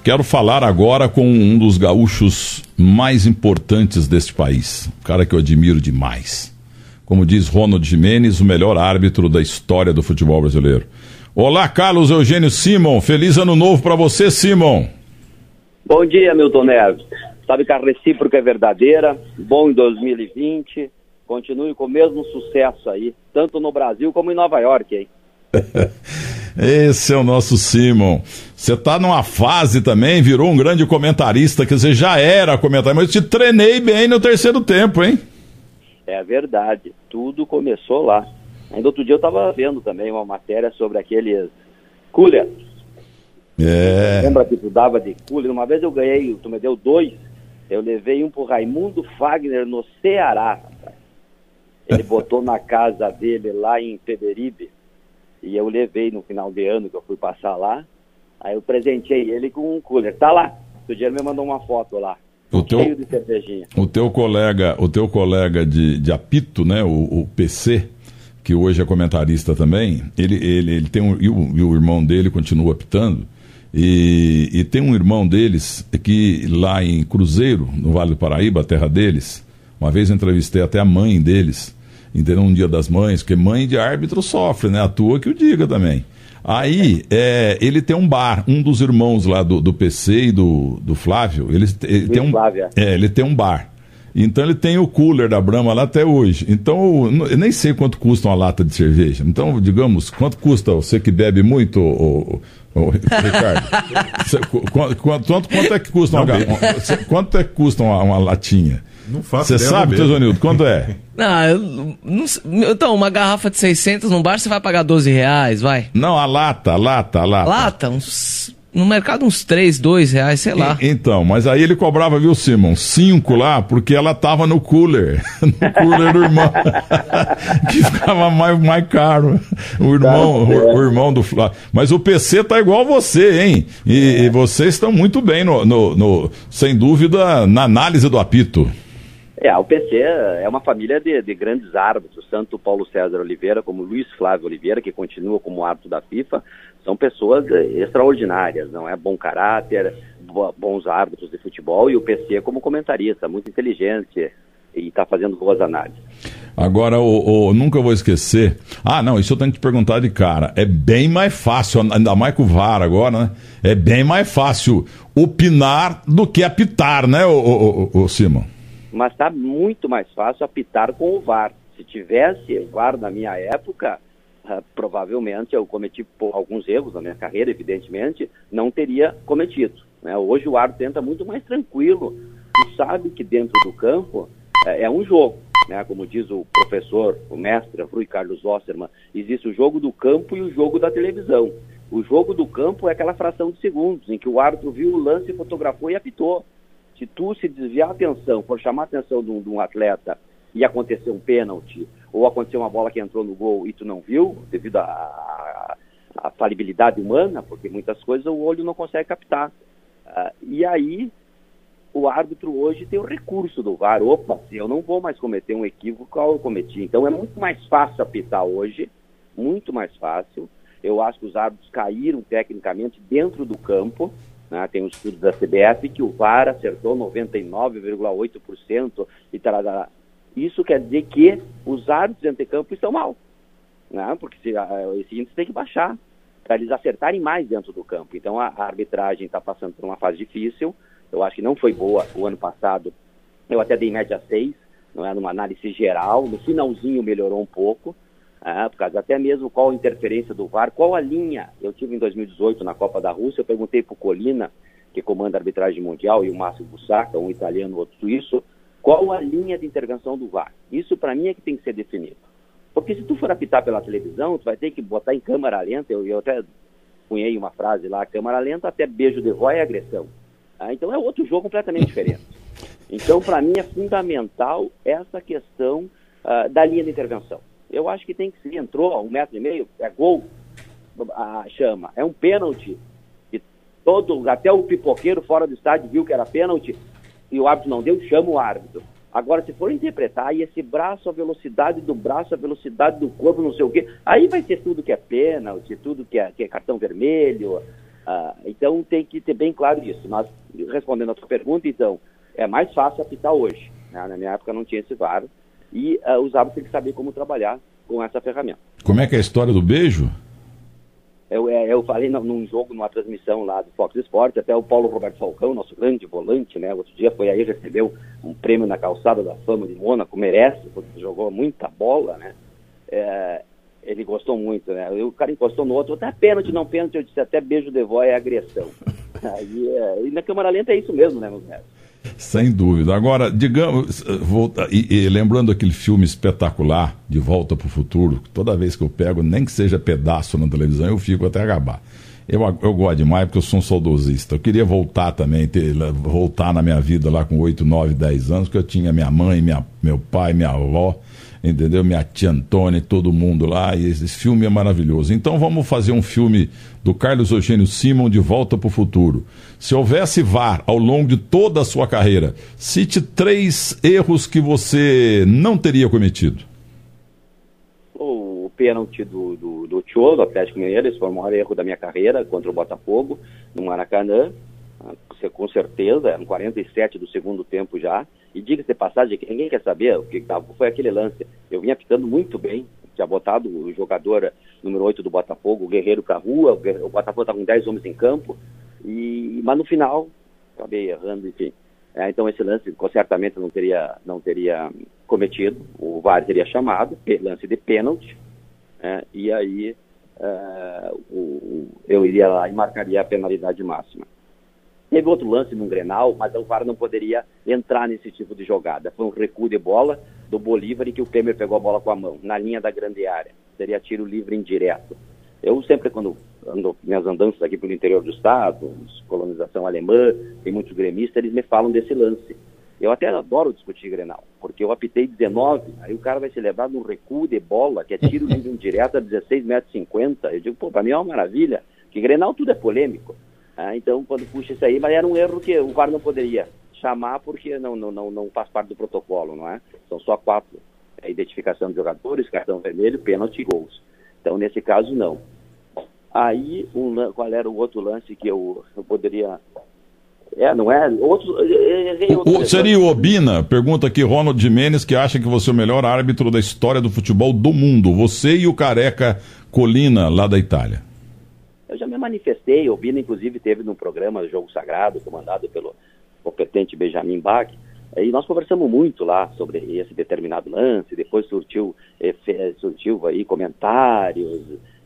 Quero falar agora com um dos gaúchos mais importantes deste país, um cara que eu admiro demais. Como diz Ronald Gimenez, o melhor árbitro da história do futebol brasileiro. Olá, Carlos Eugênio Simon. Feliz ano novo para você, Simon. Bom dia, Milton Neves. Sabe que a recíproca é verdadeira. Bom em 2020. Continue com o mesmo sucesso aí, tanto no Brasil como em Nova York, hein? Esse é o nosso Simon. Você tá numa fase também, virou um grande comentarista, quer dizer, já era comentarista, mas eu te treinei bem no terceiro tempo, hein? É verdade, tudo começou lá. Ainda outro dia eu estava vendo também uma matéria sobre aqueles coolers. Lembra que tu dava de cooler? Uma vez eu ganhei, tu me deu 2, eu levei um pro Raimundo Fagner no Ceará, rapaz. Ele botou na casa dele lá em Peberibe. E eu levei no final de ano que eu fui passar lá. Aí eu presenteei ele com um cooler. Tá lá. O dia me mandou uma foto lá. Cheio de cervejinha. O teu colega de apito, né? O PC, que hoje é comentarista também, ele tem e o irmão dele continua apitando. E tem um irmão deles que lá em Cruzeiro, no Vale do Paraíba, a terra deles, uma vez eu entrevistei até a mãe deles. Entendeu? Um dia das mães, porque mãe de árbitro sofre, né? A tua que o diga também. Aí, ele tem um bar, um dos irmãos lá do PC e do Flávio, ele tem um bar. Então ele tem o cooler da Brahma lá até hoje. Então, eu nem sei quanto custa uma lata de cerveja. Então, digamos, quanto custa você que bebe muito, Ricardo? Quanto é que custa quanto é que custa uma latinha? Não faço Você sabe, Teusonildo, quanto é? Então, uma garrafa de 600 num bar, você vai pagar R$12, vai? Não, a lata. Lata? No mercado uns R$3, sei lá. Então, mas aí ele cobrava, viu, Simon? 5 lá, porque ela tava no cooler. No cooler do irmão. Que ficava mais caro. O irmão do Flávio. Mas o PC tá igual você, hein? E vocês estão muito bem, sem dúvida, na análise do apito. O PC é uma família de grandes árbitros, tanto Paulo César Oliveira como Luiz Flávio Oliveira, que continua como árbitro da FIFA, são pessoas extraordinárias, não é? Bom caráter, bons árbitros de futebol, e o PC como comentarista, muito inteligente e está fazendo boas análises. Agora, nunca vou esquecer. Isso eu tenho que te perguntar de cara. É bem mais fácil, ainda mais com o VAR agora, né? É bem mais fácil opinar do que apitar, né, Simon? Mas está muito mais fácil apitar com o VAR. Se tivesse VAR na minha época, provavelmente eu cometi alguns erros na minha carreira, evidentemente, não teria cometido, né? Hoje o árbitro entra muito mais tranquilo. Tu sabe que dentro do campo é um jogo, né? Como diz o professor, o mestre Rui Carlos Osterman, existe o jogo do campo e o jogo da televisão. O jogo do campo é aquela fração de segundos em que o árbitro viu o lance, fotografou e apitou. Se tu se desviar a atenção, for chamar a atenção de um atleta e acontecer um pênalti, ou acontecer uma bola que entrou no gol e tu não viu, devido à falibilidade humana, porque muitas coisas o olho não consegue captar. E aí, o árbitro hoje tem o recurso do VAR. Eu não vou mais cometer um equívoco qual eu cometi. Então é muito mais fácil apitar hoje, muito mais fácil. Eu acho que os árbitros caíram tecnicamente dentro do campo. Tem um estudo da CBF que o VAR acertou 99,8% e tal. Isso quer dizer que os árbitros dentro de campo estão mal, né? Porque esse índice tem que baixar para eles acertarem mais dentro do campo. Então a arbitragem está passando por uma fase difícil. Eu acho que não foi boa o ano passado. Eu até dei média 6, não é? Numa análise geral. No finalzinho melhorou um pouco. Por causa até mesmo qual a interferência do VAR, qual a linha. Eu tive em 2018 na Copa da Rússia, eu perguntei para o Colina, que comanda a arbitragem mundial, e o Márcio Bussaca, um italiano, outro suíço, qual a linha de intervenção do VAR. Isso para mim é que tem que ser definido. Porque se tu for apitar pela televisão, tu vai ter que botar em câmera lenta, eu até cunhei uma frase lá, câmera lenta até beijo de vó é agressão. Então é outro jogo completamente diferente. Então para mim é fundamental essa questão da linha de intervenção. Eu acho que tem que ser, entrou a 1,5 metro, é gol, chama, é um pênalti, e até o pipoqueiro fora do estádio viu que era pênalti, e o árbitro não deu, chama o árbitro. Agora, se for interpretar, e esse braço, a velocidade do braço, a velocidade do corpo, não sei o quê, aí vai ser tudo que é pênalti, tudo que é cartão vermelho. Então tem que ter bem claro isso. Mas, respondendo a tua pergunta, então, é mais fácil apitar hoje. Né? Na minha época não tinha esse VAR. E os árbitros têm que saber como trabalhar com essa ferramenta. Como é que é a história do beijo? Eu falei num jogo, numa transmissão lá do Fox Sports, até o Paulo Roberto Falcão, nosso grande volante, né? Outro dia foi aí, recebeu um prêmio na Calçada da Fama de Mônaco, merece, porque jogou muita bola, né? Ele gostou muito, né? O cara encostou no outro, até pênalti, não pênalti, eu disse até beijo de vó é agressão. E na câmara lenta é isso mesmo, né, meus netos? Sem dúvida. Agora, digamos, lembrando aquele filme espetacular, De Volta para o Futuro, toda vez que eu pego, nem que seja pedaço na televisão, eu fico até acabar. Eu gosto demais porque eu sou um saudosista. Eu queria voltar também, voltar na minha vida lá com 8, 9, 10 anos, porque eu tinha minha mãe, meu pai, minha avó, entendeu? Minha tia Antônia, todo mundo lá, e esse filme é maravilhoso. Então vamos fazer um filme do Carlos Eugênio Simon, De Volta para o Futuro. Se houvesse VAR ao longo de toda a sua carreira, cite 3 erros que você não teria cometido. O pênalti do Tchô, do Atlético Mineiro, esse foi o maior erro da minha carreira contra o Botafogo, no Maracanã, com certeza, eram 47 do segundo tempo já. E diga-se de passagem que ninguém quer saber o que foi aquele lance. Eu vinha pitando muito bem, tinha botado o jogador número 8 do Botafogo, o Guerreiro, para a rua, o Botafogo estava com 10 homens em campo, mas no final acabei errando, enfim. Então esse lance certamente não teria cometido, o VAR teria chamado, lance de pênalti, e aí eu iria lá e marcaria a penalidade máxima. Teve outro lance num Grenal, mas o VAR não poderia entrar nesse tipo de jogada. Foi um recuo de bola do Bolívar em que o Temer pegou a bola com a mão, na linha da grande área. Seria tiro livre indireto. Eu sempre, quando ando minhas andanças aqui pelo interior do estado, colonização alemã, tem muitos gremistas, eles me falam desse lance. Eu até adoro discutir Grenal, porque eu apitei 19, aí o cara vai se levar num recuo de bola, que é tiro livre indireto a 16,50 metros. Eu digo, para mim é uma maravilha, que Grenal tudo é polêmico. Então, quando puxa isso aí, mas era um erro que o VAR não poderia chamar porque não faz parte do protocolo, não é? São só 4, identificação de jogadores, cartão vermelho, pênalti e gols. Então, nesse caso, não. Aí, qual era o outro lance que eu poderia... não é? Seria o Obina? Pergunta aqui Ronald Jimenez, que acha que você é o melhor árbitro da história do futebol do mundo. Você e o Careca Colina, lá da Itália. Eu já me manifestei, o Bina inclusive teve num programa Jogo Sagrado, comandado pelo competente Benjamin Bach, e nós conversamos muito lá sobre esse determinado lance, depois surtiu aí comentários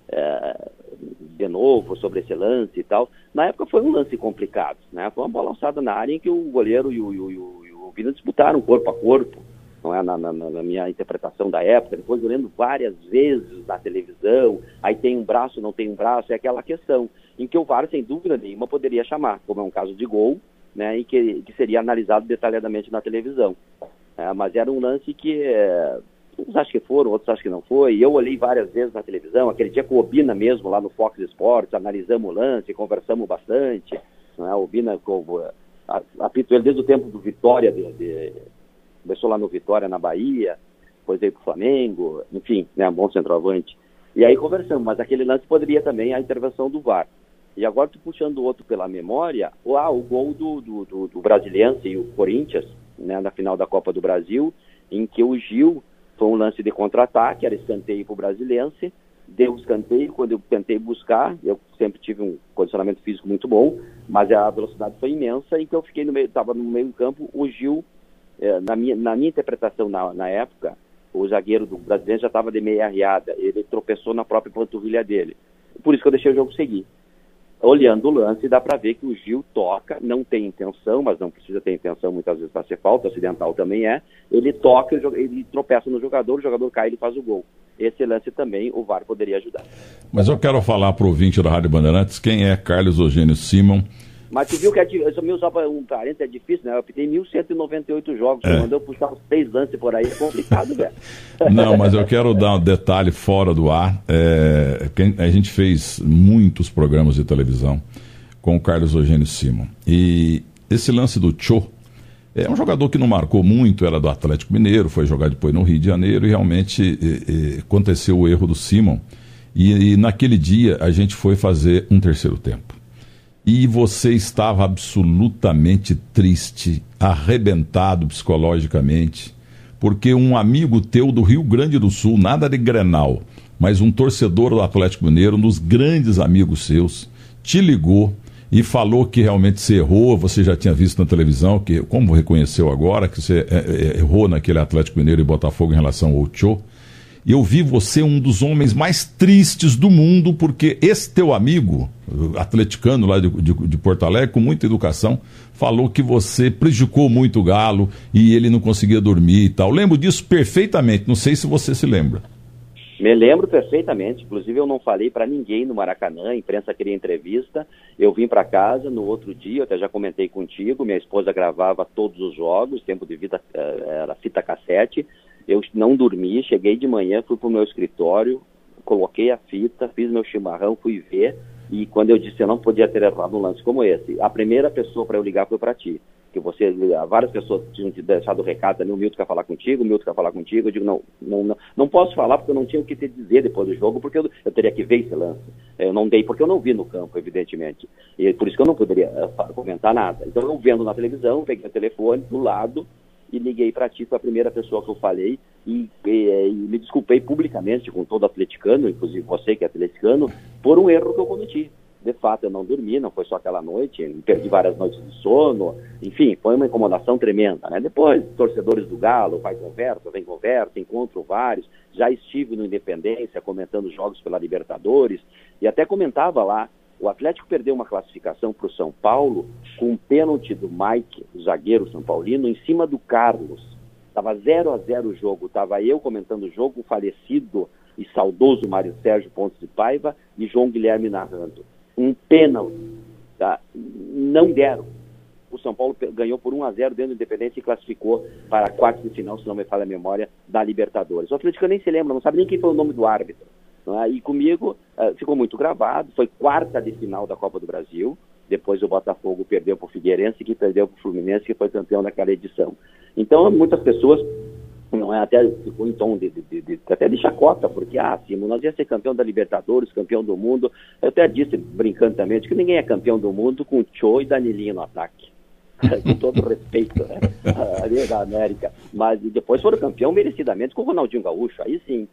de novo sobre esse lance e tal. Na época foi um lance complicado, né? Foi uma bola alçada na área em que o goleiro e o Bina disputaram corpo a corpo, não é? Na minha interpretação da época, depois eu lendo várias vezes na televisão, aí tem um braço, não tem um braço, é aquela questão em que o VAR, sem dúvida nenhuma, poderia chamar, como é um caso de gol, né, e que seria analisado detalhadamente na televisão. Mas era um lance que uns acham que foram, outros acham que não foi, e eu olhei várias vezes na televisão, aquele dia com o Obina mesmo, lá no Fox Sports, analisamos o lance, conversamos bastante, não é? O Obina, apito ele desde o tempo do Vitória, começou lá no Vitória, na Bahia, depois veio para o Flamengo, enfim, né, um bom centroavante. E aí conversamos, mas aquele lance poderia também a intervenção do VAR. E agora, tu puxando o outro pela memória, o gol do Brasiliense e o Corinthians, né, na final da Copa do Brasil, em que o Gil foi um lance de contra-ataque, era escanteio para o Brasiliense, deu o escanteio, quando eu tentei buscar, eu sempre tive um condicionamento físico muito bom, mas a velocidade foi imensa, em que eu fiquei estava no meio do campo, o Gil... Na minha interpretação na época, o zagueiro do Brasiliense já estava de meia arriada, ele tropeçou na própria panturrilha dele. Por isso que eu deixei o jogo seguir. Olhando o lance, dá para ver que o Gil toca, não tem intenção, mas não precisa ter intenção muitas vezes para ser falta, acidental também é. Ele toca, ele tropeça no jogador, o jogador cai e ele faz o gol. Esse lance também o VAR poderia ajudar. Mas eu quero falar para o ouvinte da Rádio Bandeirantes quem é Carlos Eugênio Simon. Mas tu viu que só para um parente é difícil, né? Eu pitei 1.198 jogos, mandou puxar os 3 lances por aí, é complicado, velho. Não, mas eu quero dar um detalhe fora do ar. A gente fez muitos programas de televisão com o Carlos Eugênio Simon. E esse lance do Tchô é um jogador que não marcou muito, era do Atlético Mineiro, foi jogar depois no Rio de Janeiro e realmente aconteceu o erro do Simon. E naquele dia a gente foi fazer um terceiro tempo. e você estava absolutamente triste, arrebentado psicologicamente, porque um amigo teu do Rio Grande do Sul, nada de Grenal, mas um torcedor do Atlético Mineiro, um dos grandes amigos seus, te ligou e falou que realmente você errou, você já tinha visto na televisão, que como reconheceu agora, que você errou naquele Atlético Mineiro e Botafogo em relação ao Ochoa. E eu vi você um dos homens mais tristes do mundo, porque esse teu amigo, atleticano lá de Porto Alegre, com muita educação, falou que você prejudicou muito o Galo e ele não conseguia dormir e tal. Lembro disso perfeitamente, não sei se você se lembra. Me lembro perfeitamente, inclusive eu não falei para ninguém no Maracanã, a imprensa queria entrevista, eu vim para casa no outro dia, eu até já comentei contigo, minha esposa gravava todos os jogos, tempo de vida era fita cassete, eu não dormi, cheguei de manhã, fui para o meu escritório, coloquei a fita, fiz meu chimarrão, fui ver, e quando eu disse eu não podia ter errado um lance como esse, a primeira pessoa para eu ligar foi para ti. Que várias pessoas tinham te deixado o recado ali, o Milton quer falar contigo, eu digo, não posso falar porque eu não tinha o que te dizer depois do jogo, porque eu teria que ver esse lance. Eu não dei porque eu não vi no campo, evidentemente, e por isso que eu não poderia comentar nada. Então eu vendo na televisão, peguei o telefone do lado e liguei para ti, foi a primeira pessoa que eu falei, e me desculpei publicamente com todo atleticano, inclusive você que é atleticano, por um erro que eu cometi. De fato, eu não dormi, não foi só aquela noite, perdi várias noites de sono, enfim, foi uma incomodação tremenda, né? Depois, torcedores do Galo, vai conversa, vem conversa, encontro vários, já estive no Independência comentando jogos pela Libertadores, e até comentava lá, o Atlético perdeu uma classificação para o São Paulo com um pênalti do Mike, o zagueiro São Paulino, em cima do Carlos. Estava 0-0 o jogo, estava eu comentando o jogo, o falecido e saudoso Mário Sérgio Pontes de Paiva e João Guilherme narrando. Um pênalti, tá? Não deram. O São Paulo ganhou por 1-0 dentro do Independência e classificou para a quarta de final, se não me falha a memória, da Libertadores. O Atlético nem se lembra, não sabe nem quem foi o nome do árbitro. E comigo ficou muito gravado, foi quarta de final da Copa do Brasil, depois o Botafogo perdeu para o Figueirense, que perdeu para o Fluminense, que foi campeão naquela edição. Então, muitas pessoas, até ficou em tom até de chacota, porque, Simo, nós ia ser campeão da Libertadores, campeão do mundo. Eu até disse, brincando também, que ninguém é campeão do mundo com o Cho e Danilinho no ataque. Com todo respeito, né? Ali da América. Mas depois foram campeão merecidamente com o Ronaldinho Gaúcho, aí sim.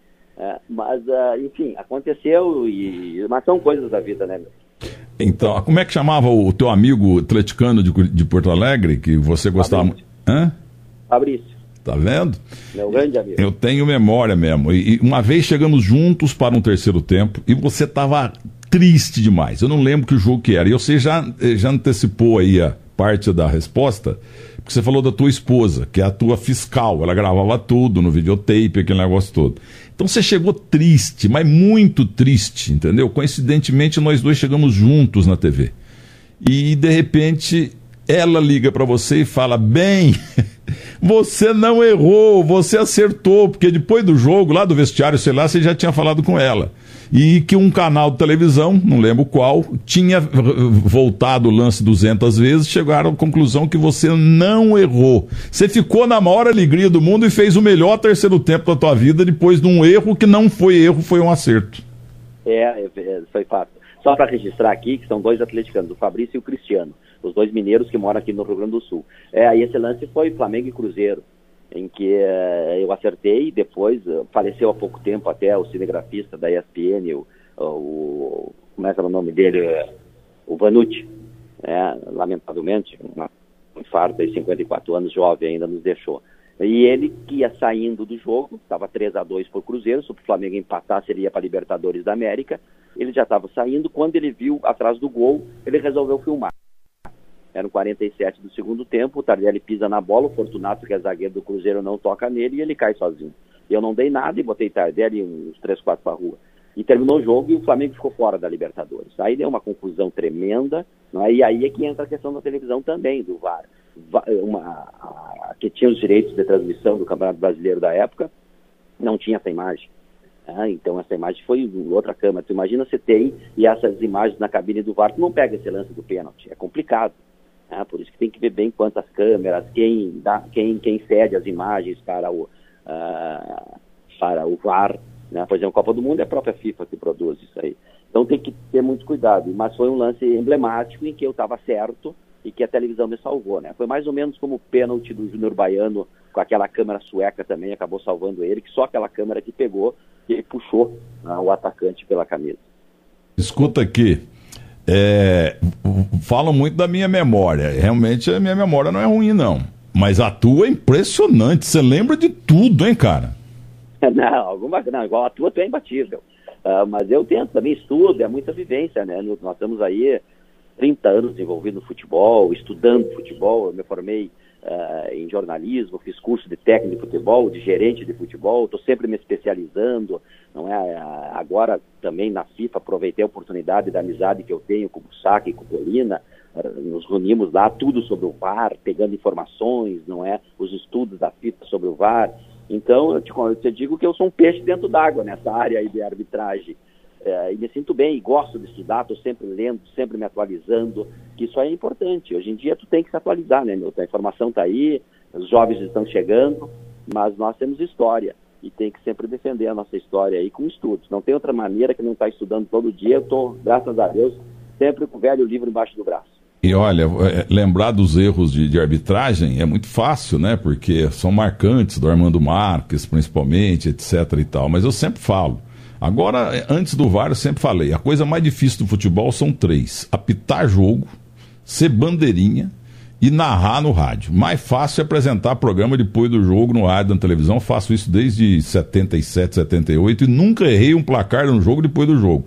Enfim, aconteceu, mas são coisas da vida, né? Então, como é que chamava o teu amigo atleticano de Porto Alegre, que você gostava muito? Fabrício. Tá vendo? Meu grande amigo. Eu tenho memória mesmo. E uma vez chegamos juntos para um terceiro tempo e você estava triste demais. Eu não lembro que jogo que era. E você já antecipou aí a parte da resposta, porque você falou da tua esposa, que é a tua fiscal. Ela gravava tudo no videotape, aquele negócio todo. Então você chegou triste, mas muito triste, entendeu? Coincidentemente, nós dois chegamos juntos na TV. E, de repente, ela liga para você e fala, bem, você não errou, você acertou, porque depois do jogo, lá do vestiário, sei lá, você já tinha falado com ela. E que um canal de televisão, não lembro qual, tinha voltado o lance 200 vezes, chegaram à conclusão que você não errou. Você ficou na maior alegria do mundo e fez o melhor terceiro tempo da tua vida depois de um erro que não foi erro, foi um acerto. Foi fato. Só para registrar aqui que são dois atleticanos, o Fabrício e o Cristiano, os dois mineiros que moram aqui no Rio Grande do Sul. E esse lance foi Flamengo e Cruzeiro, em que eu acertei, depois faleceu há pouco tempo até o cinegrafista da ESPN, como é que era o nome dele? O Vanucci, lamentavelmente, um infarto de 54 anos, jovem ainda, nos deixou. E ele que ia saindo do jogo, estava 3-2 para o Cruzeiro, se o Flamengo empatar seria para a Libertadores da América, ele já estava saindo, quando ele viu atrás do gol, ele resolveu filmar. Eram 47 do segundo tempo, o Tardelli pisa na bola, o Fortunato, que é zagueiro do Cruzeiro, não toca nele e ele cai sozinho. Eu não dei nada e botei Tardelli uns 3-4 para a rua. E terminou o jogo e o Flamengo ficou fora da Libertadores. Aí deu uma confusão tremenda, né? E aí é que entra a questão da televisão também, do VAR. Que tinha os direitos de transmissão do Campeonato Brasileiro da época, não tinha essa imagem. Então essa imagem foi em outra câmera. Tu imagina você tem e essas imagens na cabine do VAR, tu não pega esse lance do pênalti, é complicado. Por isso que tem que ver bem quantas câmeras, quem cede as imagens para o VAR, né? Por exemplo, a Copa do Mundo é a própria FIFA que produz isso aí. Então tem que ter muito cuidado. Mas foi um lance emblemático em que eu estava certo e que a televisão me salvou, né? Foi mais ou menos como o pênalti do Júnior Baiano, com aquela câmera sueca também, acabou salvando ele, que só aquela câmera que pegou e ele puxou o atacante pela camisa. Escuta aqui, falam muito da minha memória. Realmente a minha memória não é ruim, não. Mas a tua é impressionante. Você lembra de tudo, hein, cara? Não, igual a tua, tu é imbatível. Mas eu tento também, estudo, é muita vivência, né? Nós estamos aí 30 anos envolvido no futebol, estudando futebol. Eu me formei em jornalismo, fiz curso de técnico de futebol, de gerente de futebol, estou sempre me especializando, não é? Agora também na FIFA aproveitei a oportunidade da amizade que eu tenho com o Saca e com o Colina, nos reunimos lá, tudo sobre o VAR, pegando informações, não é? Os estudos da FIFA sobre o VAR. Então, eu te digo que eu sou um peixe dentro d'água nessa área aí de arbitragem. E me sinto bem, e gosto de estudar, estou sempre lendo, sempre me atualizando, que isso aí é importante. Hoje em dia tu tem que se atualizar, né, Milton? A informação está aí, os jovens estão chegando, mas nós temos história e tem que sempre defender a nossa história aí com estudos. Não tem outra maneira que não estar estudando todo dia. Eu estou, graças a Deus, sempre com o velho livro embaixo do braço. E olha, lembrar dos erros de arbitragem é muito fácil, né? Porque são marcantes, do Armando Marques, principalmente, etc e tal. Mas eu sempre falo. Agora, antes do VAR, eu sempre falei, a coisa mais difícil do futebol são 3. Apitar jogo, ser bandeirinha e narrar no rádio. Mais fácil é apresentar programa depois do jogo no rádio, na televisão. Eu faço isso desde 77, 78 e nunca errei um placar no jogo depois do jogo.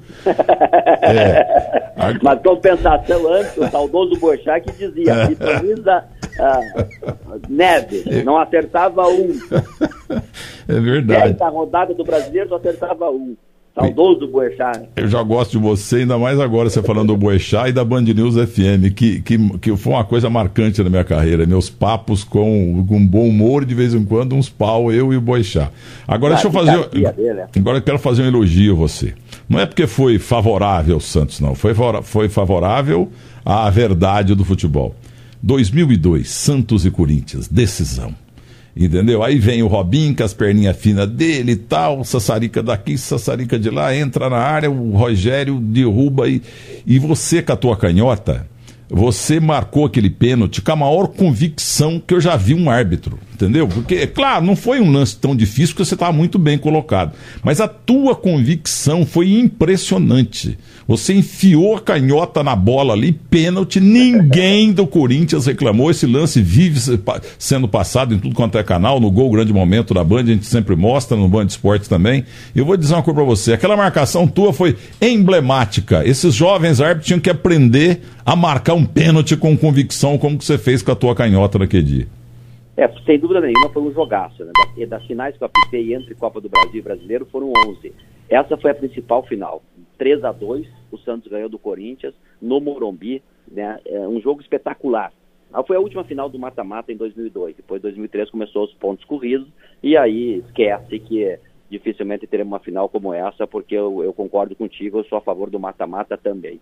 Mas compensação antes, o saudoso Boechat que dizia, Vitorisa Neves, não acertava um. É verdade. A rodada do brasileiro só acertava um. Saudoso Boechat. Eu já gosto de você, ainda mais agora você falando do Boechat e da Band News FM, que foi uma coisa marcante na minha carreira. Meus papos com bom humor e de vez em quando uns pau, eu e o Boechat. Agora deixa eu fazer. Agora eu quero fazer um elogio a você. Não é porque foi favorável ao Santos, não. Foi favorável à verdade do futebol. 2002, Santos e Corinthians, decisão. Entendeu? Aí vem o Robinho com as perninhas finas dele e tal, sassarica daqui, sassarica de lá, entra na área, o Rogério derruba e você com a tua canhota, você marcou aquele pênalti com a maior convicção que eu já vi um árbitro, entendeu? Porque, claro, não foi um lance tão difícil porque você estava muito bem colocado, mas a tua convicção foi impressionante. Você enfiou a canhota na bola ali, pênalti, ninguém do Corinthians reclamou. Esse lance vive sendo passado em tudo quanto é canal, no Gol Grande Momento da Band, a gente sempre mostra, no Band Esportes também. Eu vou dizer uma coisa pra você, aquela marcação tua foi emblemática. Esses jovens árbitros tinham que aprender a marcar um pênalti com convicção, como que você fez com a tua canhota naquele dia. Sem dúvida nenhuma foi um jogaço, né? Das finais que eu apitei entre Copa do Brasil e Brasileiro foram 11. Essa foi a principal final. 3-2, o Santos ganhou do Corinthians no Morumbi, né? Um jogo espetacular. Foi a última final do mata-mata em 2002. Depois, em 2003, começou os pontos corridos. E aí, esquece que dificilmente teremos uma final como essa, porque eu concordo contigo, eu sou a favor do mata-mata também.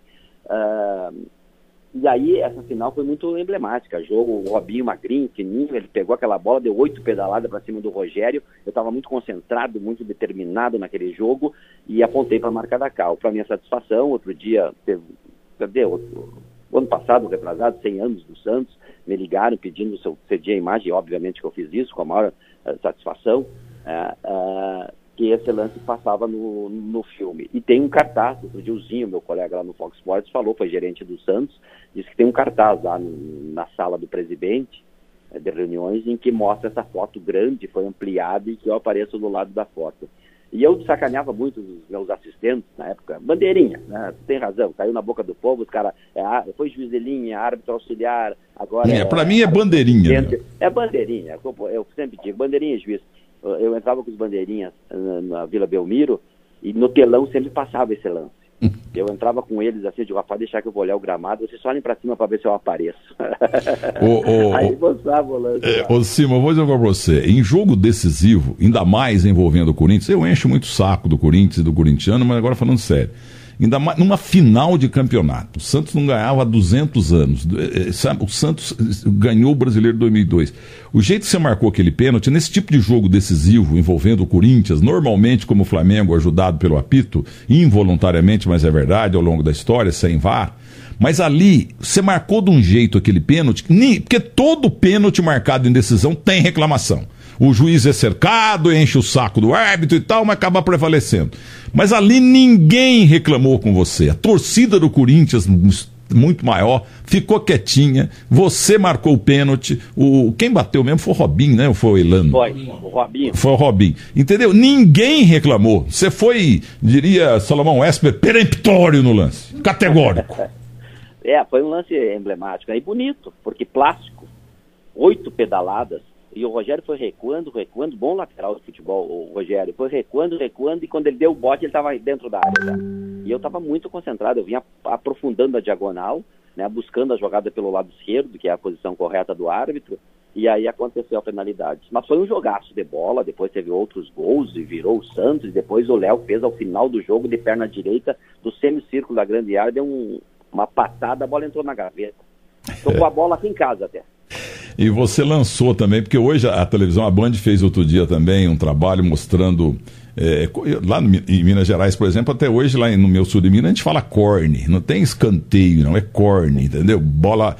E aí, essa final foi muito emblemática. O Robinho magrinho, fininho, ele pegou aquela bola, deu 8 pedaladas para cima do Rogério. Eu estava muito concentrado, muito determinado naquele jogo e apontei para a marca da Cal. Para minha satisfação, outro dia, ano passado, retrasado, 100 anos do Santos, me ligaram pedindo se eu cedia a imagem, e obviamente que eu fiz isso com a maior satisfação, que esse lance passava no filme. E tem um cartaz, outro dia o Zinho, meu colega lá no Fox Sports, falou, foi gerente do Santos, disse que tem um cartaz lá na sala do presidente de reuniões em que mostra essa foto grande, foi ampliada e que eu apareço do lado da foto. E eu sacaneava muito os meus assistentes na época, bandeirinha, né? Tu tem razão, caiu na boca do povo, os caras, foi juiz de linha, árbitro auxiliar, agora... Pra mim é bandeirinha. É bandeirinha, eu sempre digo, bandeirinha e juiz. Eu entrava com os bandeirinhas na Vila Belmiro e no telão sempre passava esse lance. Eu entrava com eles assim, eu digo, rapaz, deixar que eu vou olhar o gramado, vocês só olhem pra cima pra ver se eu apareço. Aí mostrava o lance. Simão, vou dizer uma coisa pra você. Em jogo decisivo, ainda mais envolvendo o Corinthians, eu encho muito o saco do Corinthians e do corintiano, mas agora falando sério. ainda mais numa final de campeonato. O Santos não ganhava há 200 anos. O Santos ganhou o Brasileiro 2002. O jeito que você marcou aquele pênalti, nesse tipo de jogo decisivo, envolvendo o Corinthians, normalmente como o Flamengo, ajudado pelo apito, involuntariamente, mas é verdade, ao longo da história, sem VAR. Mas ali, você marcou de um jeito aquele pênalti, porque todo pênalti marcado em decisão tem reclamação. O juiz é cercado, enche o saco do árbitro e tal, mas acaba prevalecendo. Mas ali ninguém reclamou com você. A torcida do Corinthians, muito maior, ficou quietinha. Você marcou o pênalti. Quem bateu mesmo foi o Robinho, né? Ou foi o Elano? Foi, o Robinho. Foi o Robinho. Entendeu? Ninguém reclamou. Você foi, diria Salomão Esper, peremptório no lance. Categórico. Foi um lance emblemático. E bonito, porque plástico. 8 pedaladas. E o Rogério foi recuando, bom lateral do futebol, o Rogério, foi recuando, e quando ele deu o bote, ele estava dentro da área já. E eu estava muito concentrado, eu vinha aprofundando a diagonal, né, buscando a jogada pelo lado esquerdo, que é a posição correta do árbitro, e aí aconteceu a penalidade. Mas foi um jogaço de bola, depois teve outros gols, e virou o Santos, e depois o Léo fez ao final do jogo, de perna direita, do semicírculo da grande área, deu uma patada, a bola entrou na gaveta. Tocou a bola aqui em casa até. E você lançou também, porque hoje a televisão, a Band fez outro dia também um trabalho mostrando, lá em Minas Gerais, por exemplo, até hoje lá no meu sul de Minas, a gente fala corne, não tem escanteio, não, é corne, entendeu? Bola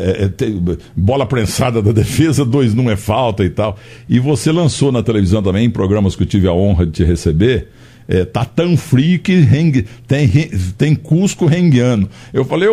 prensada da defesa, 2 não é falta e tal. E você lançou na televisão também, em programas que eu tive a honra de te receber, tá tão frio que tem Cusco rengueando. Eu falei,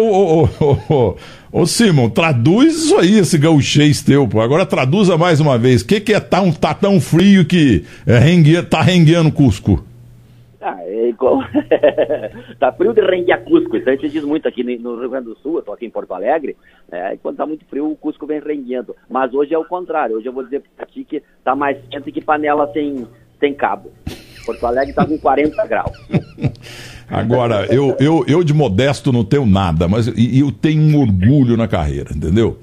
ô Simon, traduz isso aí, esse gauchês teu, pô. Agora traduza mais uma vez. O que é tá tão frio que tá rengueando Cusco? É igual. Tá frio de renguear Cusco. Isso a gente diz muito aqui no Rio Grande do Sul, eu tô aqui em Porto Alegre. Quando tá muito frio, o Cusco vem rengueando. Mas hoje é o contrário. Hoje eu vou dizer pra ti que tá mais quente que panela sem cabo. Porto Alegre está com 40 graus. Agora, eu de modesto não tenho nada, mas eu tenho um orgulho na carreira, entendeu?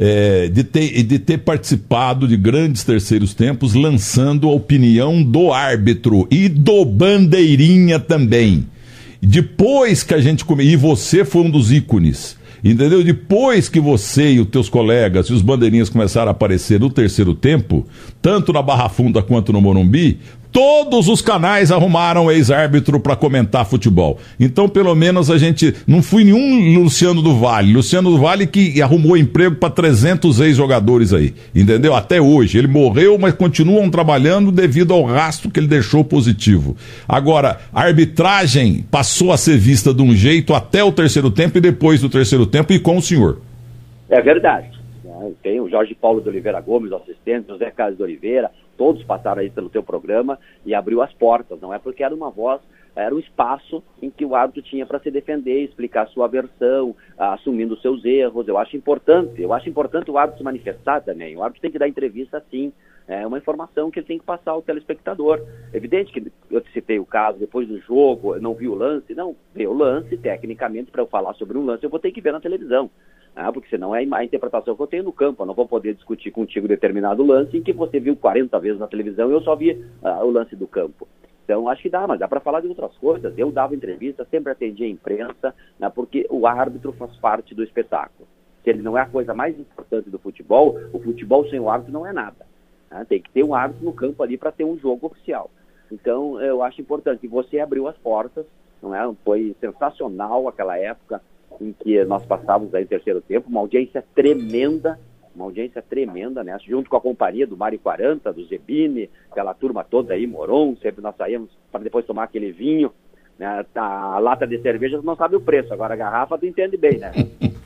De ter participado de grandes terceiros tempos, lançando a opinião do árbitro e do bandeirinha também. Depois que a gente... E você foi um dos ícones. Entendeu? Depois que você e os teus colegas e os bandeirinhas começaram a aparecer no terceiro tempo, tanto na Barra Funda quanto no Morumbi, todos os canais arrumaram ex-árbitro para comentar futebol. Então, pelo menos, a gente... Não fui nenhum Luciano do Vale. Luciano do Vale que arrumou emprego para 300 ex-jogadores aí. Entendeu? Até hoje. Ele morreu, mas continuam trabalhando devido ao rastro que ele deixou positivo. Agora, a arbitragem passou a ser vista de um jeito até o terceiro tempo e depois do terceiro tempo e com o senhor. É verdade. Tem o Jorge Paulo de Oliveira Gomes, o assistente, o Zé Carlos de Oliveira, todos passaram aí pelo teu programa e abriu as portas. Não é porque era uma voz, era um espaço em que o árbitro tinha para se defender, explicar a sua versão, assumindo os seus erros. Eu acho importante o árbitro se manifestar também. O árbitro tem que dar entrevista, sim. É uma informação que ele tem que passar ao telespectador. Evidente que eu te citei o caso, depois do jogo, eu não vi o lance. Não, vi o lance, tecnicamente, para eu falar sobre um lance, eu vou ter que ver na televisão. Porque senão é a interpretação que eu tenho no campo. Eu não vou poder discutir contigo determinado lance em que você viu 40 vezes na televisão e eu só vi o lance do campo. Então acho que mas dá para falar de outras coisas. Eu dava entrevista, sempre atendia a imprensa, porque o árbitro faz parte do espetáculo. Se ele não é a coisa mais importante do futebol, o futebol sem o árbitro não é nada. Tem que ter um árbitro no campo ali para ter um jogo oficial. Então eu acho importante. E você abriu as portas, não é? Foi sensacional aquela época em que nós passávamos aí o terceiro tempo, uma audiência tremenda, né? Junto com a companhia do Mário 40, do Zebini, aquela turma toda aí, Moron, sempre nós saímos para depois tomar aquele vinho, né? A lata de cerveja tu não sabe o preço, agora a garrafa tu entende bem, né?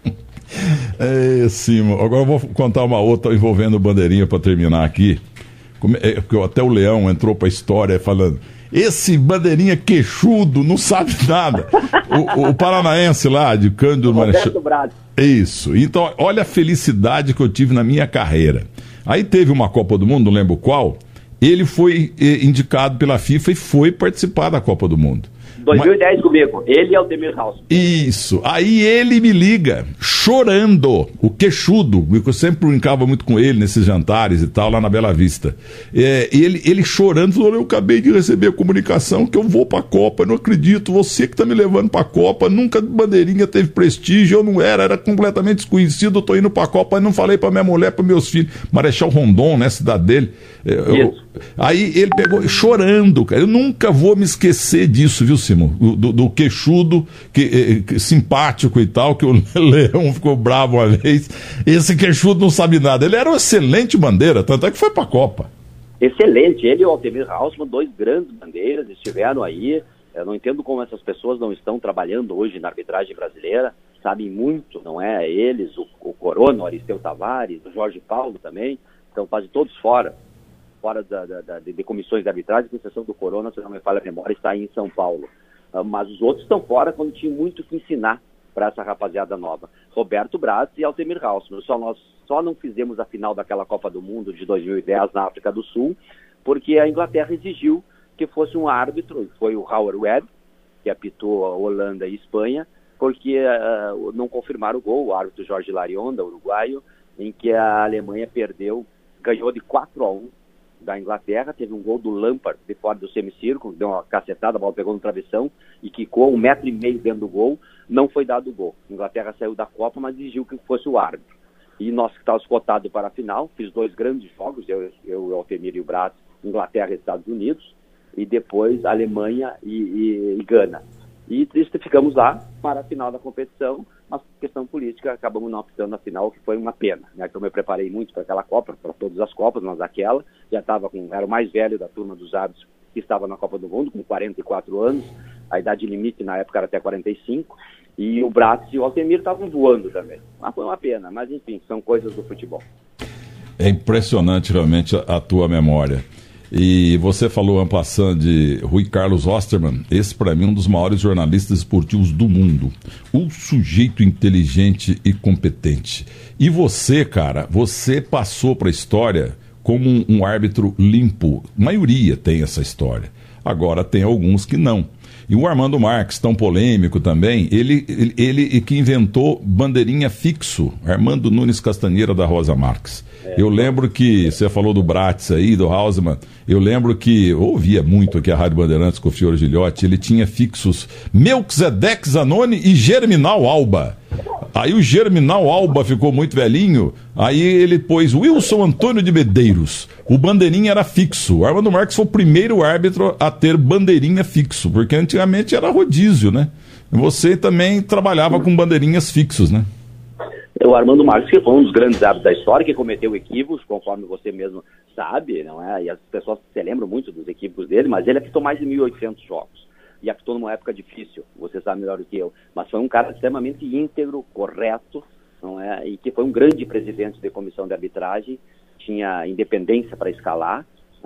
Sim, agora eu vou contar uma outra envolvendo bandeirinha para terminar aqui, porque até o Leão entrou para a história falando... Esse bandeirinha queixudo não sabe nada. O paranaense lá, de Cândido Roberto Brado. Isso. Então, olha a felicidade que eu tive na minha carreira. Aí teve uma Copa do Mundo, não lembro qual, ele foi indicado pela FIFA e foi participar da Copa do Mundo. 2010 comigo, ele é o Altemir Hausmann. Isso, aí ele me liga, chorando, o queixudo, eu sempre brincava muito com ele nesses jantares e tal, lá na Bela Vista. Ele chorando, falou, eu acabei de receber a comunicação que eu vou pra Copa, eu não acredito, você que tá me levando pra Copa, nunca bandeirinha teve prestígio, eu não era completamente desconhecido, eu tô indo pra Copa, não falei pra minha mulher, pros meus filhos, Marechal Rondon, né, cidade dele. Aí ele pegou, chorando, cara, eu nunca vou me esquecer disso, viu, Simão? Do queixudo, simpático e tal, que o Leão ficou bravo uma vez. Esse queixudo não sabe nada. Ele era uma excelente bandeira, tanto é que foi pra Copa. Excelente. Ele e o Altemir Hausmann, dois grandes bandeiras, estiveram aí. Eu não entendo como essas pessoas não estão trabalhando hoje na arbitragem brasileira. Sabem muito, não é? Eles, o Corona, o Aristeu Tavares, o Jorge Paulo também, estão quase todos fora de comissões de arbitragem, com exceção do Corona, se não me falha a memória, está aí em São Paulo. Mas os outros estão fora quando tinha muito que ensinar para essa rapaziada nova. Roberto Braz e Altemir Hausmann. Nós só não fizemos a final daquela Copa do Mundo de 2010 na África do Sul, porque a Inglaterra exigiu que fosse um árbitro, foi o Howard Webb, que apitou a Holanda e Espanha, porque não confirmaram o gol, o árbitro Jorge Larionda, uruguaio, em que a Alemanha ganhou de 4-1 da Inglaterra, teve um gol do Lampard de fora do semicírculo, deu uma cacetada, a bola pegou no travessão e quicou 1,5 m dentro do gol, não foi dado o gol. A Inglaterra saiu da Copa, mas exigiu que fosse o árbitro. E nós que estávamos cotados para a final, fiz 2 grandes jogos, eu o Altemir e o Braz, Inglaterra e Estados Unidos, e depois Alemanha e Gana. E ficamos lá para a final da competição, mas por questão política acabamos não optando na final, que foi uma pena, né? Então eu me preparei muito para aquela Copa, para todas as Copas, mas aquela já era o mais velho da turma dos árbitros que estava na Copa do Mundo, com 44 anos, a idade limite na época era até 45, e o Braz e o Altemir estavam voando também. Mas foi uma pena, mas enfim, são coisas do futebol. É impressionante realmente a tua memória. E você falou en passant de Rui Carlos Osterman, esse para mim é um dos maiores jornalistas esportivos do mundo. Um sujeito inteligente e competente. E você, cara, você passou para a história como um árbitro limpo. A maioria tem essa história. Agora tem alguns que não. E o Armando Marques, tão polêmico também, ele que inventou bandeirinha fixo, Armando Nunes Castanheira da Rosa Marques. Eu lembro que, você falou do Bratz aí, do Hausmann, eu lembro que eu ouvia muito aqui a Rádio Bandeirantes com o Fiore Gilhote, ele tinha fixos Melquisedeque Zanoni e Germinal Alba. Aí o Germinal Alba ficou muito velhinho, aí ele pôs Wilson Antônio de Medeiros. O bandeirinha era fixo. O Armando Marques foi o primeiro árbitro a ter bandeirinha fixo, porque antigamente era rodízio, né? Você também trabalhava com bandeirinhas fixos, né? O Armando Marques, que foi um dos grandes árbitros da história, que cometeu equívocos, conforme você mesmo sabe, não é? E as pessoas se lembram muito dos equívocos dele, mas ele apitou mais de 1.800 jogos. E apitou numa época difícil, você sabe melhor do que eu. Mas foi um cara extremamente íntegro, correto, não é? E que foi um grande presidente de comissão de arbitragem, tinha independência para escalar,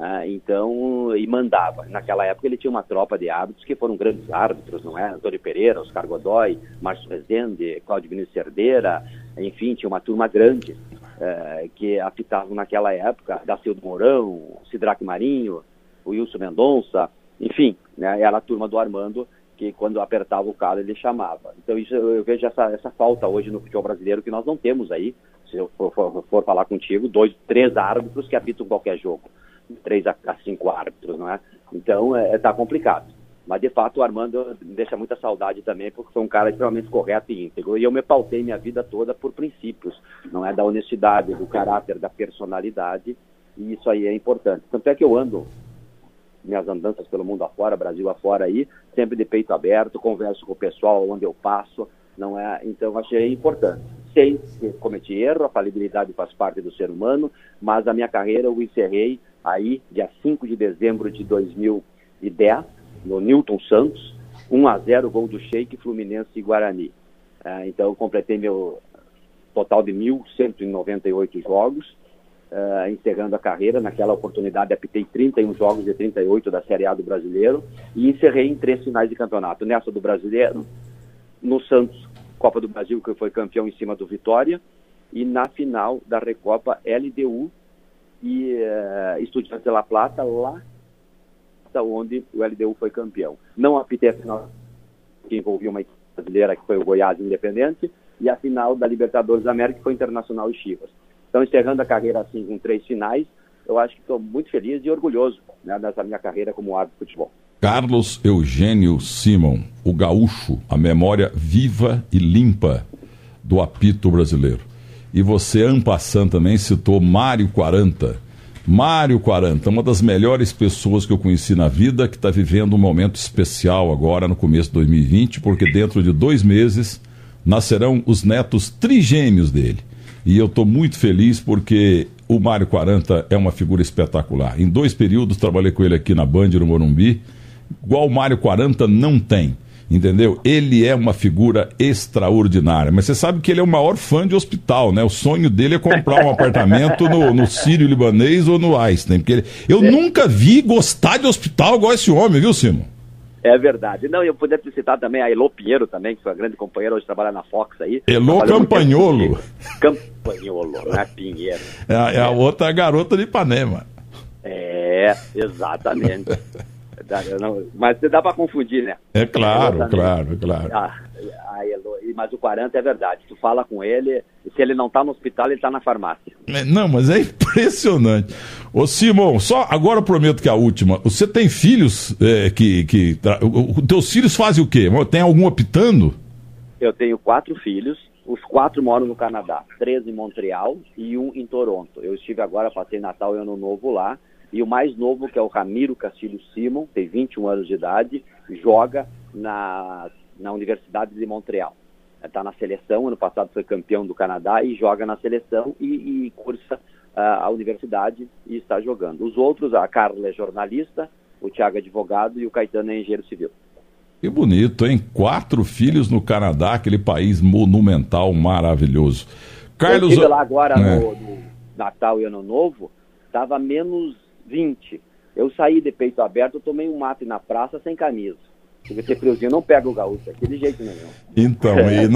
então, e mandava. Naquela época ele tinha uma tropa de árbitros que foram grandes árbitros, não é? Antônio Pereira, Oscar Godoy, Márcio Rezende, Cláudio Vinícius Cerdeira, enfim, tinha uma turma grande que apitavam naquela época, Dacildo Mourão, Sidraque Marinho, o Wilson Mendonça, enfim, né? Era a turma do Armando que quando apertava o cara ele chamava. Então isso, eu vejo essa falta hoje no futebol brasileiro que nós não temos aí, se eu for falar contigo, 2, 3 árbitros que apitam qualquer jogo. 3 a 5 árbitros, não é? Então, tá complicado. Mas, de fato, o Armando deixa muita saudade também, porque foi um cara extremamente correto e íntegro. E eu me pautei minha vida toda por princípios, não é? Da honestidade, do caráter, da personalidade, e isso aí é importante. Tanto é que eu ando, minhas andanças pelo mundo afora, Brasil afora aí, sempre de peito aberto, converso com o pessoal onde eu passo, não é? Então, achei importante. Sei que cometi erro, a falibilidade faz parte do ser humano, mas a minha carreira eu encerrei aí, dia 5 de dezembro de 2010, no Newton Santos, 1-0, gol do Sheik, Fluminense e Guarani. Então, eu completei meu total de 1.198 jogos, encerrando a carreira. Naquela oportunidade, apitei 31 jogos de 38 da Série A do Brasileiro e encerrei em 3 finais de campeonato. Nessa do Brasileiro, no Santos, Copa do Brasil, que foi campeão em cima do Vitória, e na final da Recopa LDU, e Estudiantes de La Plata, lá essa onde o LDU foi campeão. Não apitei a final que envolvia uma equipe brasileira, que foi o Goiás Independente, e a final da Libertadores da América, que foi Internacional e Chivas. Então, encerrando a carreira assim com 3 finais, eu acho que estou muito feliz e orgulhoso, né, dessa minha carreira como árbitro de futebol. Carlos Eugênio Simon, o gaúcho, a memória viva e limpa do apito brasileiro. E você, en passant, também citou Mário 40. Mário 40, uma das melhores pessoas que eu conheci na vida, que está vivendo um momento especial agora no começo de 2020, porque dentro de 2 meses nascerão os netos trigêmeos dele. E eu estou muito feliz porque o Mário 40 é uma figura espetacular. Em 2 períodos trabalhei com ele aqui na Band, no Morumbi. Igual o Mário 40 não tem, entendeu? Ele é uma figura extraordinária, mas você sabe que ele é o maior fã de hospital, né? O sonho dele é comprar um apartamento no Sírio-Libanês ou no Einstein, porque eu nunca vi gostar de hospital igual esse homem, viu, Simon? É verdade. Não, eu poderia citar também a Elô Pinheiro também, que foi a grande companheira, hoje trabalha na Fox aí. Elô Campagnolo. Campagnolo, não é Pinheiro. É a outra garota de Ipanema. É, exatamente. Mas dá para confundir, né? É claro. Mas o 40 é verdade. Tu fala com ele, e se ele não tá no hospital, ele tá na farmácia. Não, mas é impressionante. Ô Simon, só agora eu prometo que é a última. Você tem filhos os teus filhos fazem o quê? Tem algum apitando? Eu tenho 4 filhos. Os 4 moram no Canadá. 3 em Montreal e 1 em Toronto. Eu estive agora, passei Natal e Ano Novo lá. E o mais novo, que é o Ramiro Castilho Simon, tem 21 anos de idade, joga na Universidade de Montreal. Está na seleção, ano passado foi campeão do Canadá e joga na seleção e cursa a universidade e está jogando. Os outros, a Carla é jornalista, o Thiago é advogado e o Caetano é engenheiro civil. Que bonito, hein? 4 filhos no Canadá, aquele país monumental, maravilhoso. Carlos... Eu estive lá agora no Natal e Ano Novo, estava menos 20. Eu saí de peito aberto, eu tomei um mate na praça sem camisa. Porque esse friozinho não pega o gaúcho aqui de jeito nenhum. Então,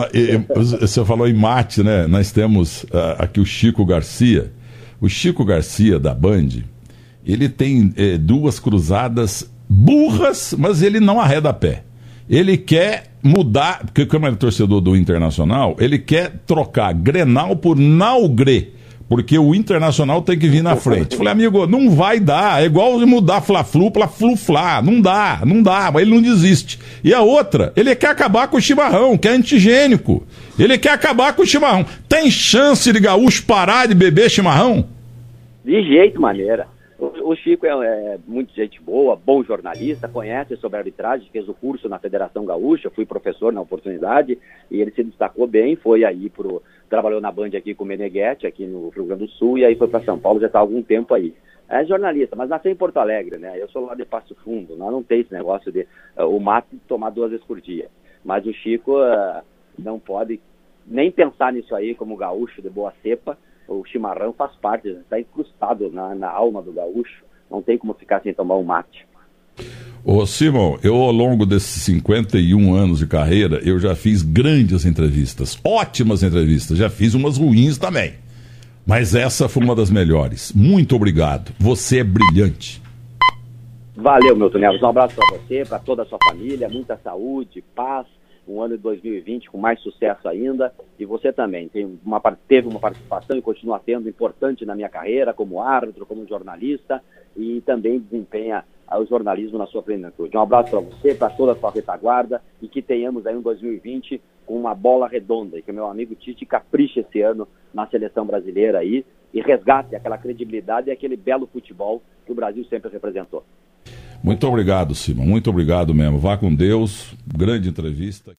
você falou em mate, né? Nós temos aqui o Chico Garcia. O Chico Garcia, da Band, ele tem 2 cruzadas burras, mas ele não arreda pé. Ele quer mudar, porque como ele é torcedor do Internacional, ele quer trocar Grenal por Nalgrê. Porque o Internacional tem que vir na frente. Falei, amigo, não vai dar. É igual mudar Fla-Flu para Flu-Flá. Não dá. Mas ele não desiste. E a outra, ele quer acabar com o chimarrão, que é antigênico. Ele quer acabar com o chimarrão. Tem chance de gaúcho parar de beber chimarrão? De jeito maneira. O Chico é muito gente boa, bom jornalista, conhece sobre arbitragem, fez o curso na Federação Gaúcha, fui professor na oportunidade e ele se destacou bem, foi aí trabalhou na Band aqui com o Meneghetti, aqui no Rio Grande do Sul, e aí foi para São Paulo, já está há algum tempo aí. É jornalista, mas nasceu em Porto Alegre, né? Eu sou lá de Passo Fundo, nós não tem esse negócio de o mate tomar 2 vezes por dia. Mas o Chico não pode nem pensar nisso aí como gaúcho de boa cepa. O chimarrão faz parte, está incrustado na alma do gaúcho. Não tem como ficar sem tomar um mate. Ô Simon, eu ao longo desses 51 anos de carreira, eu já fiz grandes entrevistas, ótimas entrevistas, já fiz umas ruins também. Mas essa foi uma das melhores. Muito obrigado. Você é brilhante. Valeu, Milton Neves. Um abraço para você, para toda a sua família, muita saúde, paz. Um ano de 2020 com mais sucesso ainda, e você também teve uma participação e continua tendo importante na minha carreira como árbitro, como jornalista, e também desempenha o jornalismo na sua plenitude. Um abraço para você, para toda a sua retaguarda, e que tenhamos aí um 2020 com uma bola redonda, e que o meu amigo Tite capriche esse ano na seleção brasileira aí, e resgate aquela credibilidade e aquele belo futebol que o Brasil sempre representou. Muito obrigado, Simon. Muito obrigado mesmo. Vá com Deus. Grande entrevista.